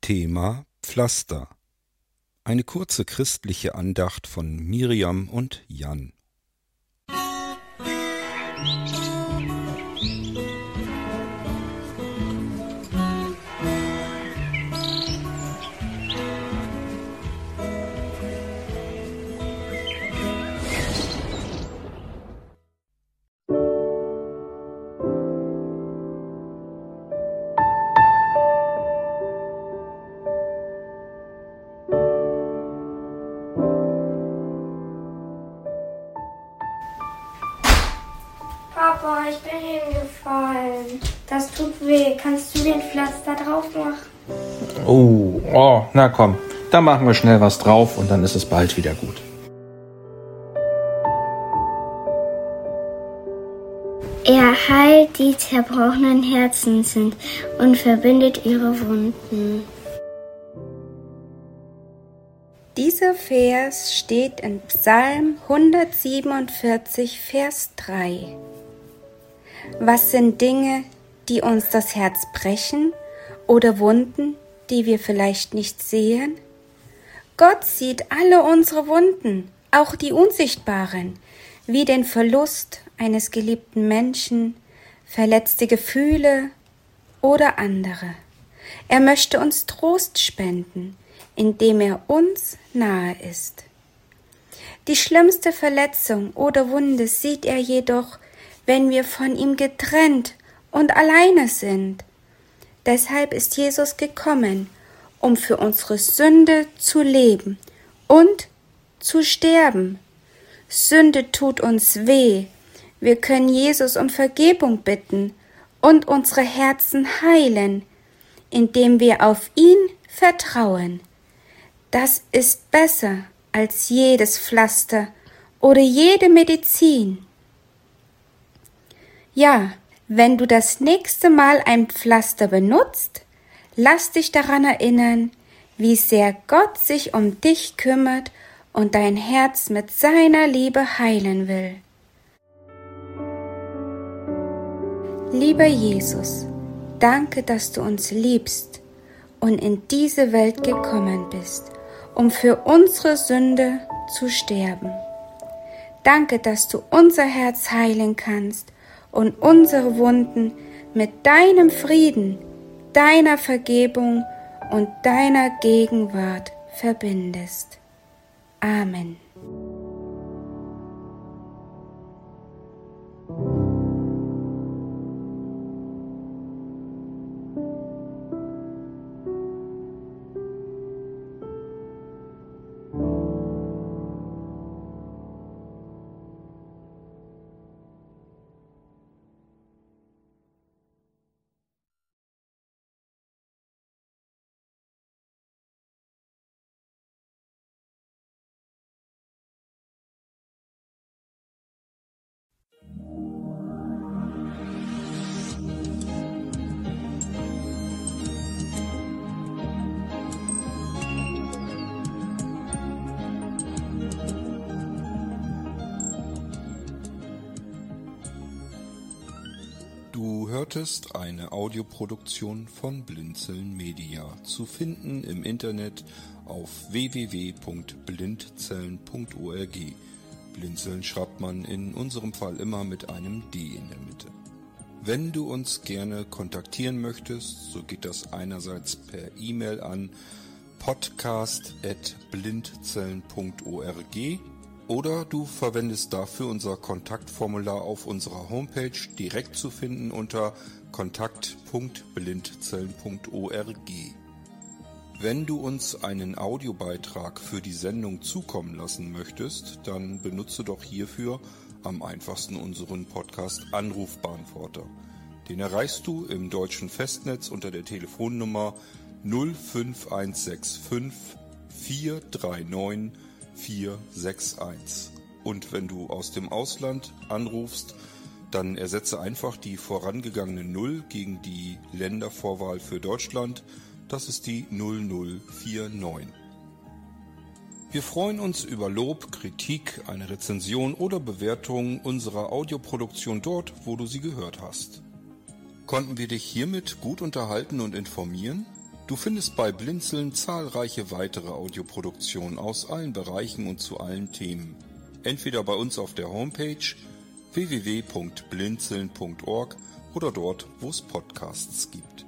Thema Pflaster. Eine kurze christliche Andacht von Miriam und Jan. Papa, ich bin hingefallen. Das tut weh. Kannst du den Pflaster drauf machen? Oh, na komm. Da machen wir schnell was drauf und dann ist es bald wieder gut. Er heilt die zerbrochenen Herzen sind und verbindet ihre Wunden. Dieser Vers steht in Psalm 147, Vers 3. Was sind Dinge, die uns das Herz brechen oder Wunden, die wir vielleicht nicht sehen? Gott sieht alle unsere Wunden, auch die unsichtbaren, wie den Verlust eines geliebten Menschen, verletzte Gefühle oder andere. Er möchte uns Trost spenden, indem er uns nahe ist. Die schlimmste Verletzung oder Wunde sieht er jedoch, wenn wir von ihm getrennt und alleine sind. Deshalb ist Jesus gekommen, um für unsere Sünde zu leben und zu sterben. Sünde tut uns weh. Wir können Jesus um Vergebung bitten und unsere Herzen heilen, indem wir auf ihn vertrauen. Das ist besser als jedes Pflaster oder jede Medizin. Ja, wenn du das nächste Mal ein Pflaster benutzt, lass dich daran erinnern, wie sehr Gott sich um dich kümmert und dein Herz mit seiner Liebe heilen will. Lieber Jesus, danke, dass du uns liebst und in diese Welt gekommen bist, um für unsere Sünde zu sterben. Danke, dass du unser Herz heilen kannst und unsere Wunden mit deinem Frieden, deiner Vergebung und deiner Gegenwart verbindest. Amen. Du hörtest eine Audioproduktion von Blinzeln Media, zu finden im Internet auf www.blindzellen.org. Blinzeln schreibt man in unserem Fall immer mit einem D in der Mitte. Wenn du uns gerne kontaktieren möchtest, so geht das einerseits per E-Mail an podcast@blindzellen.org oder du verwendest dafür unser Kontaktformular auf unserer Homepage, direkt zu finden unter kontakt.blindzellen.org. Wenn du uns einen Audiobeitrag für die Sendung zukommen lassen möchtest, dann benutze doch hierfür am einfachsten unseren Podcast Anrufbeantworter. Den erreichst du im deutschen Festnetz unter der Telefonnummer 05165 439 461. Und wenn du aus dem Ausland anrufst, dann ersetze einfach die vorangegangene 0 gegen die Ländervorwahl für Deutschland. Das ist die 0049. Wir freuen uns über Lob, Kritik, eine Rezension oder Bewertung unserer Audioproduktion dort, wo du sie gehört hast. Konnten wir dich hiermit gut unterhalten und informieren? Du findest bei Blinzeln zahlreiche weitere Audioproduktionen aus allen Bereichen und zu allen Themen. Entweder bei uns auf der Homepage www.blinzeln.org oder dort, wo es Podcasts gibt.